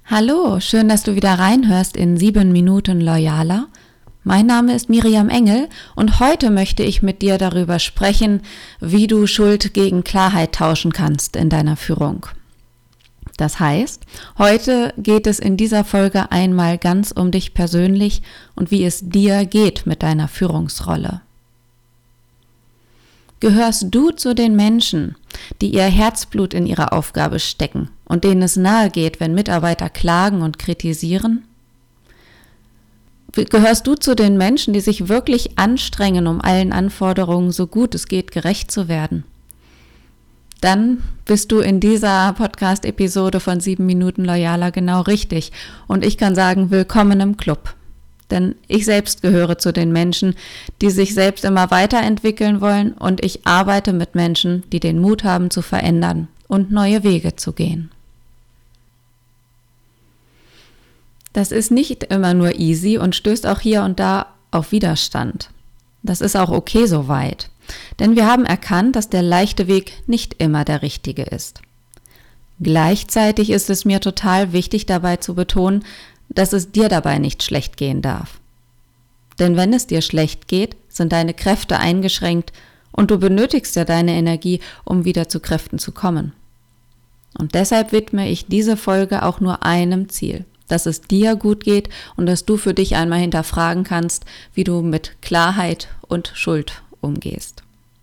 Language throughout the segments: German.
Hallo, schön, dass du wieder reinhörst in 7 Minuten Loyaler. Mein Name ist Miriam Engel und heute möchte ich mit dir darüber sprechen, wie du Schuld gegen Klarheit tauschen kannst in deiner Führung. Das heißt, heute geht es in dieser Folge einmal ganz um dich persönlich und wie es dir geht mit deiner Führungsrolle. Gehörst du zu den Menschen, die ihr Herzblut in ihre Aufgabe stecken und denen es nahe geht, wenn Mitarbeiter klagen und kritisieren? Gehörst du zu den Menschen, die sich wirklich anstrengen, um allen Anforderungen so gut es geht gerecht zu werden? Dann bist du in dieser Podcast-Episode von 7 Minuten Loyaler genau richtig und ich kann sagen, willkommen im Club. Denn ich selbst gehöre zu den Menschen, die sich selbst immer weiterentwickeln wollen und ich arbeite mit Menschen, die den Mut haben zu verändern und neue Wege zu gehen. Das ist nicht immer nur easy und stößt auch hier und da auf Widerstand. Das ist auch okay soweit, denn wir haben erkannt, dass der leichte Weg nicht immer der richtige ist. Gleichzeitig ist es mir total wichtig dabei zu betonen, dass es dir dabei nicht schlecht gehen darf. Denn wenn es dir schlecht geht, sind deine Kräfte eingeschränkt und du benötigst ja deine Energie, um wieder zu Kräften zu kommen. Und deshalb widme ich diese Folge auch nur einem Ziel, dass es dir gut geht und dass du für dich einmal hinterfragen kannst, wie du mit Klarheit und Schuld umgehst.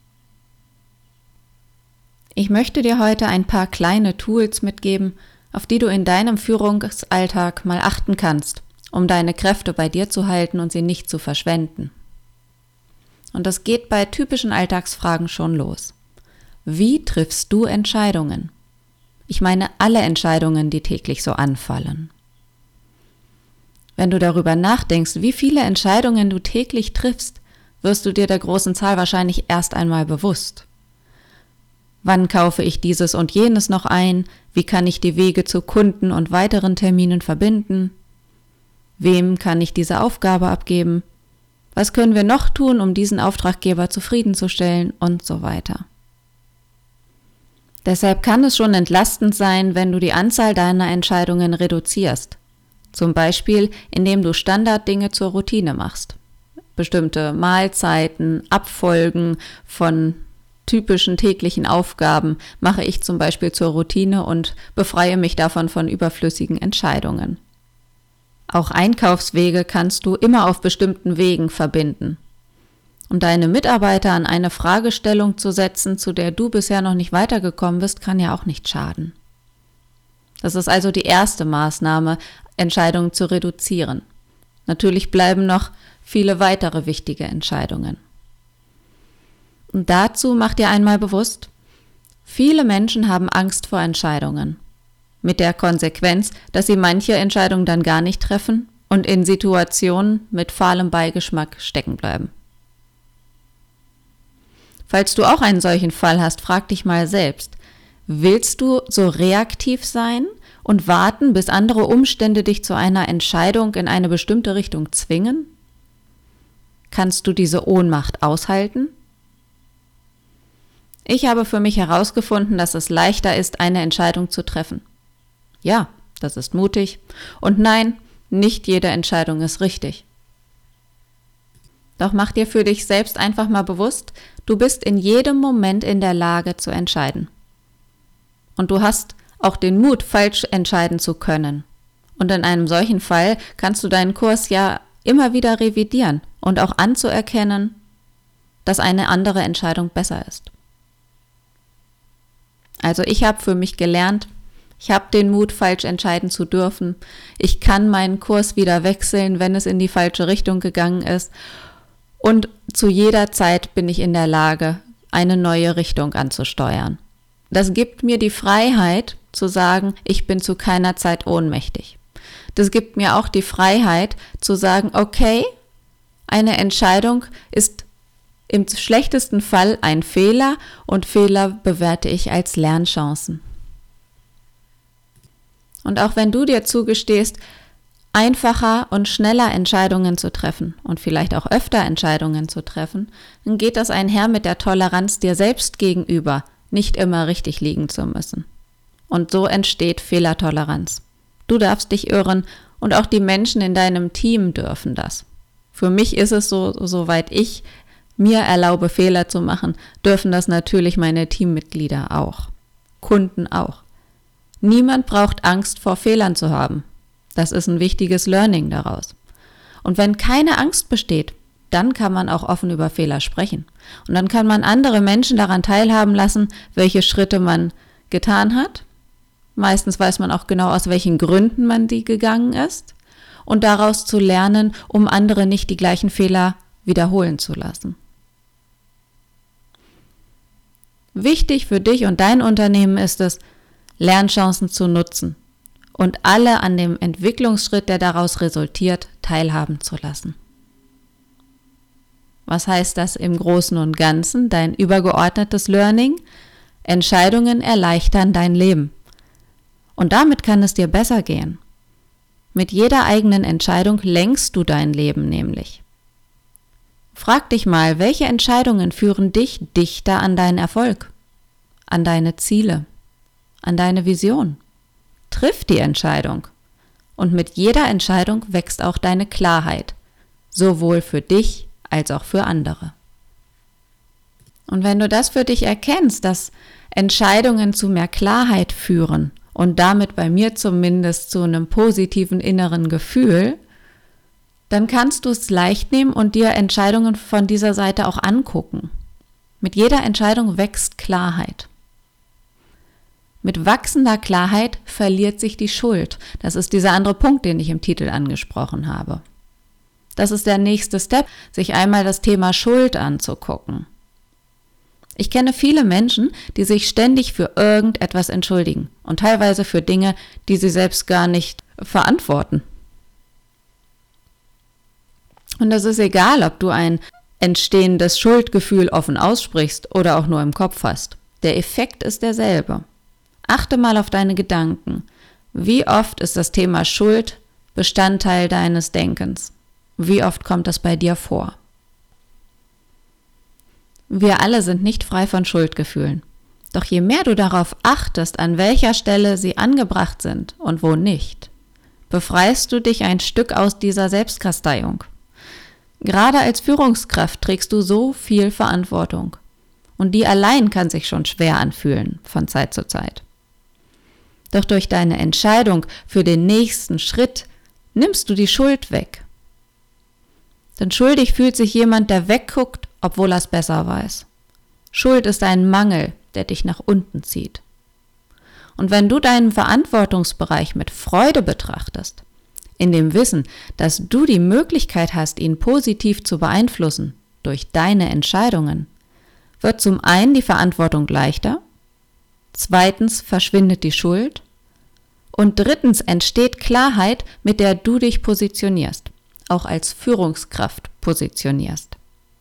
Ich möchte dir heute ein paar kleine Tools mitgeben, auf die du in deinem Führungsalltag mal achten kannst, um deine Kräfte bei dir zu halten und sie nicht zu verschwenden. Und das geht bei typischen Alltagsfragen schon los. Wie triffst du Entscheidungen? Ich meine alle Entscheidungen, die täglich so anfallen. Wenn du darüber nachdenkst, wie viele Entscheidungen du täglich triffst, wirst du dir der großen Zahl wahrscheinlich erst einmal bewusst. Wann kaufe ich dieses und jenes noch ein? Wie kann ich die Wege zu Kunden und weiteren Terminen verbinden? Wem kann ich diese Aufgabe abgeben? Was können wir noch tun, um diesen Auftraggeber zufriedenzustellen und so weiter? Deshalb kann es schon entlastend sein, wenn du die Anzahl deiner Entscheidungen reduzierst. Zum Beispiel, indem du Standarddinge zur Routine machst. Bestimmte Mahlzeiten, Abfolgen von typischen täglichen Aufgaben mache ich zum Beispiel zur Routine und befreie mich davon von überflüssigen Entscheidungen. Auch Einkaufswege kannst du immer auf bestimmten Wegen verbinden. Und deine Mitarbeiter an eine Fragestellung zu setzen, zu der du bisher noch nicht weitergekommen bist, kann ja auch nicht schaden. Das ist also die erste Maßnahme, Entscheidungen zu reduzieren. Natürlich bleiben noch viele weitere wichtige Entscheidungen. Und dazu mach dir einmal bewusst, viele Menschen haben Angst vor Entscheidungen. Mit der Konsequenz, dass sie manche Entscheidungen dann gar nicht treffen und in Situationen mit fahlem Beigeschmack stecken bleiben. Falls du auch einen solchen Fall hast, frag dich mal selbst, willst du so reaktiv sein und warten, bis andere Umstände dich zu einer Entscheidung in eine bestimmte Richtung zwingen? Kannst du diese Ohnmacht aushalten? Ich habe für mich herausgefunden, dass es leichter ist, eine Entscheidung zu treffen. Ja, das ist mutig. Und nein, nicht jede Entscheidung ist richtig. Doch mach dir für dich selbst einfach mal bewusst, du bist in jedem Moment in der Lage zu entscheiden. Und du hast auch den Mut, falsch entscheiden zu können. Und in einem solchen Fall kannst du deinen Kurs ja immer wieder revidieren und auch anzuerkennen, dass eine andere Entscheidung besser ist. Also ich habe für mich gelernt, ich habe den Mut, falsch entscheiden zu dürfen. Ich kann meinen Kurs wieder wechseln, wenn es in die falsche Richtung gegangen ist. Und zu jeder Zeit bin ich in der Lage, eine neue Richtung anzusteuern. Das gibt mir die Freiheit zu sagen, ich bin zu keiner Zeit ohnmächtig. Das gibt mir auch die Freiheit zu sagen, okay, eine Entscheidung ist im schlechtesten Fall ein Fehler und Fehler bewerte ich als Lernchancen. Und auch wenn du dir zugestehst, einfacher und schneller Entscheidungen zu treffen und vielleicht auch öfter Entscheidungen zu treffen, dann geht das einher mit der Toleranz dir selbst gegenüber, nicht immer richtig liegen zu müssen. Und so entsteht Fehlertoleranz. Du darfst dich irren und auch die Menschen in deinem Team dürfen das. Für mich ist es so, soweit ich mir erlaube, Fehler zu machen, dürfen das natürlich meine Teammitglieder auch. Kunden auch. Niemand braucht Angst vor Fehlern zu haben. Das ist ein wichtiges Learning daraus. Und wenn keine Angst besteht, dann kann man auch offen über Fehler sprechen. Und dann kann man andere Menschen daran teilhaben lassen, welche Schritte man getan hat. Meistens weiß man auch genau, aus welchen Gründen man die gegangen ist. Und daraus zu lernen, um andere nicht die gleichen Fehler wiederholen zu lassen. Wichtig für dich und dein Unternehmen ist es, Lernchancen zu nutzen und alle an dem Entwicklungsschritt, der daraus resultiert, teilhaben zu lassen. Was heißt das im Großen und Ganzen? Dein übergeordnetes Learning? Entscheidungen erleichtern dein Leben. Und damit kann es dir besser gehen. Mit jeder eigenen Entscheidung lenkst du dein Leben nämlich. Frag dich mal, welche Entscheidungen führen dich dichter an deinen Erfolg, an deine Ziele, an deine Vision? Triff die Entscheidung. Und mit jeder Entscheidung wächst auch deine Klarheit, sowohl für dich als auch für andere. Und wenn du das für dich erkennst, dass Entscheidungen zu mehr Klarheit führen und damit bei mir zumindest zu einem positiven inneren Gefühl, dann kannst du es leicht nehmen und dir Entscheidungen von dieser Seite auch angucken. Mit jeder Entscheidung wächst Klarheit. Mit wachsender Klarheit verliert sich die Schuld. Das ist dieser andere Punkt, den ich im Titel angesprochen habe. Das ist der nächste Step, sich einmal das Thema Schuld anzugucken. Ich kenne viele Menschen, die sich ständig für irgendetwas entschuldigen und teilweise für Dinge, die sie selbst gar nicht verantworten. Und das ist egal, ob du ein entstehendes Schuldgefühl offen aussprichst oder auch nur im Kopf hast. Der Effekt ist derselbe. Achte mal auf deine Gedanken. Wie oft ist das Thema Schuld Bestandteil deines Denkens? Wie oft kommt das bei dir vor? Wir alle sind nicht frei von Schuldgefühlen. Doch je mehr du darauf achtest, an welcher Stelle sie angebracht sind und wo nicht, befreist du dich ein Stück aus dieser Selbstkasteiung. Gerade als Führungskraft trägst du so viel Verantwortung. Und die allein kann sich schon schwer anfühlen, von Zeit zu Zeit. Doch durch deine Entscheidung für den nächsten Schritt nimmst du die Schuld weg. Denn schuldig fühlt sich jemand, der wegguckt, obwohl er es besser weiß. Schuld ist ein Mangel, der dich nach unten zieht. Und wenn du deinen Verantwortungsbereich mit Freude betrachtest, in dem Wissen, dass du die Möglichkeit hast, ihn positiv zu beeinflussen durch deine Entscheidungen, wird zum einen die Verantwortung leichter, zweitens verschwindet die Schuld und drittens entsteht Klarheit, mit der du dich positionierst, auch als Führungskraft positionierst.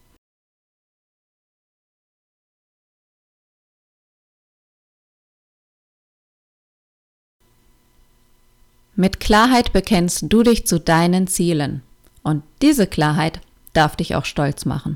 Mit Klarheit bekennst du dich zu deinen Zielen und diese Klarheit darf dich auch stolz machen.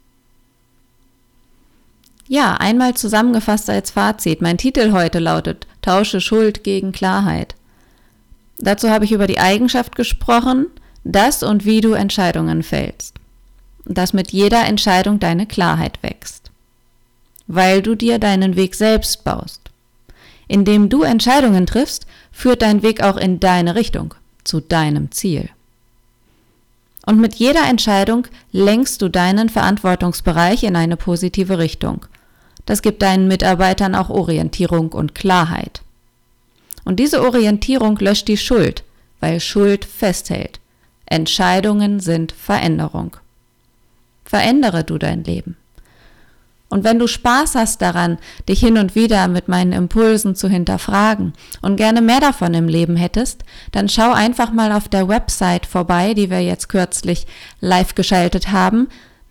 Ja, einmal zusammengefasst als Fazit. Mein Titel heute lautet: Tausche Schuld gegen Klarheit. Dazu habe ich über die Eigenschaft gesprochen, dass und wie du Entscheidungen fällst. Dass mit jeder Entscheidung deine Klarheit wächst. Weil du dir deinen Weg selbst baust. Indem du Entscheidungen triffst, führt dein Weg auch in deine Richtung, zu deinem Ziel. Und mit jeder Entscheidung lenkst du deinen Verantwortungsbereich in eine positive Richtung. Das gibt deinen Mitarbeitern auch Orientierung und Klarheit. Und diese Orientierung löscht die Schuld, weil Schuld festhält. Entscheidungen sind Veränderung. Verändere du dein Leben. Und wenn du Spaß hast daran, dich hin und wieder mit meinen Impulsen zu hinterfragen und gerne mehr davon im Leben hättest, dann schau einfach mal auf der Website vorbei, die wir jetzt kürzlich live geschaltet haben,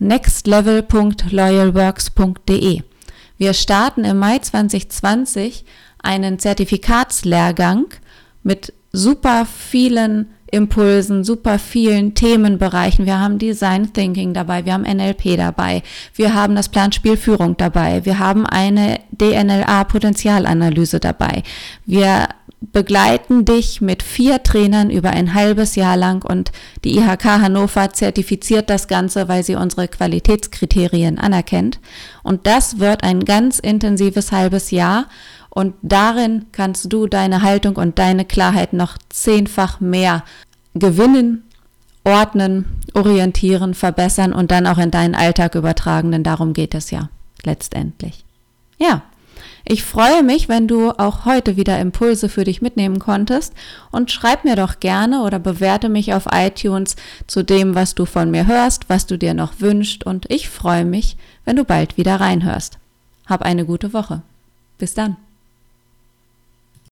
nextlevel.loyalworks.de. Wir starten im Mai 2020 einen Zertifikatslehrgang mit super vielen Impulsen, super vielen Themenbereichen. Wir haben Design Thinking dabei, wir haben NLP dabei, wir haben das Planspiel Führung dabei, wir haben eine DNLA Potenzialanalyse dabei. Wir begleiten dich mit 4 Trainern über ein halbes Jahr lang und die IHK Hannover zertifiziert das Ganze, weil sie unsere Qualitätskriterien anerkennt. Und das wird ein ganz intensives halbes Jahr und darin kannst du deine Haltung und deine Klarheit noch 10-fach mehr gewinnen, ordnen, orientieren, verbessern und dann auch in deinen Alltag übertragen, denn darum geht es ja letztendlich. Ja, ich freue mich, wenn du auch heute wieder Impulse für dich mitnehmen konntest und schreib mir doch gerne oder bewerte mich auf iTunes zu dem, was du von mir hörst, was du dir noch wünschst und ich freue mich, wenn du bald wieder reinhörst. Hab eine gute Woche. Bis dann.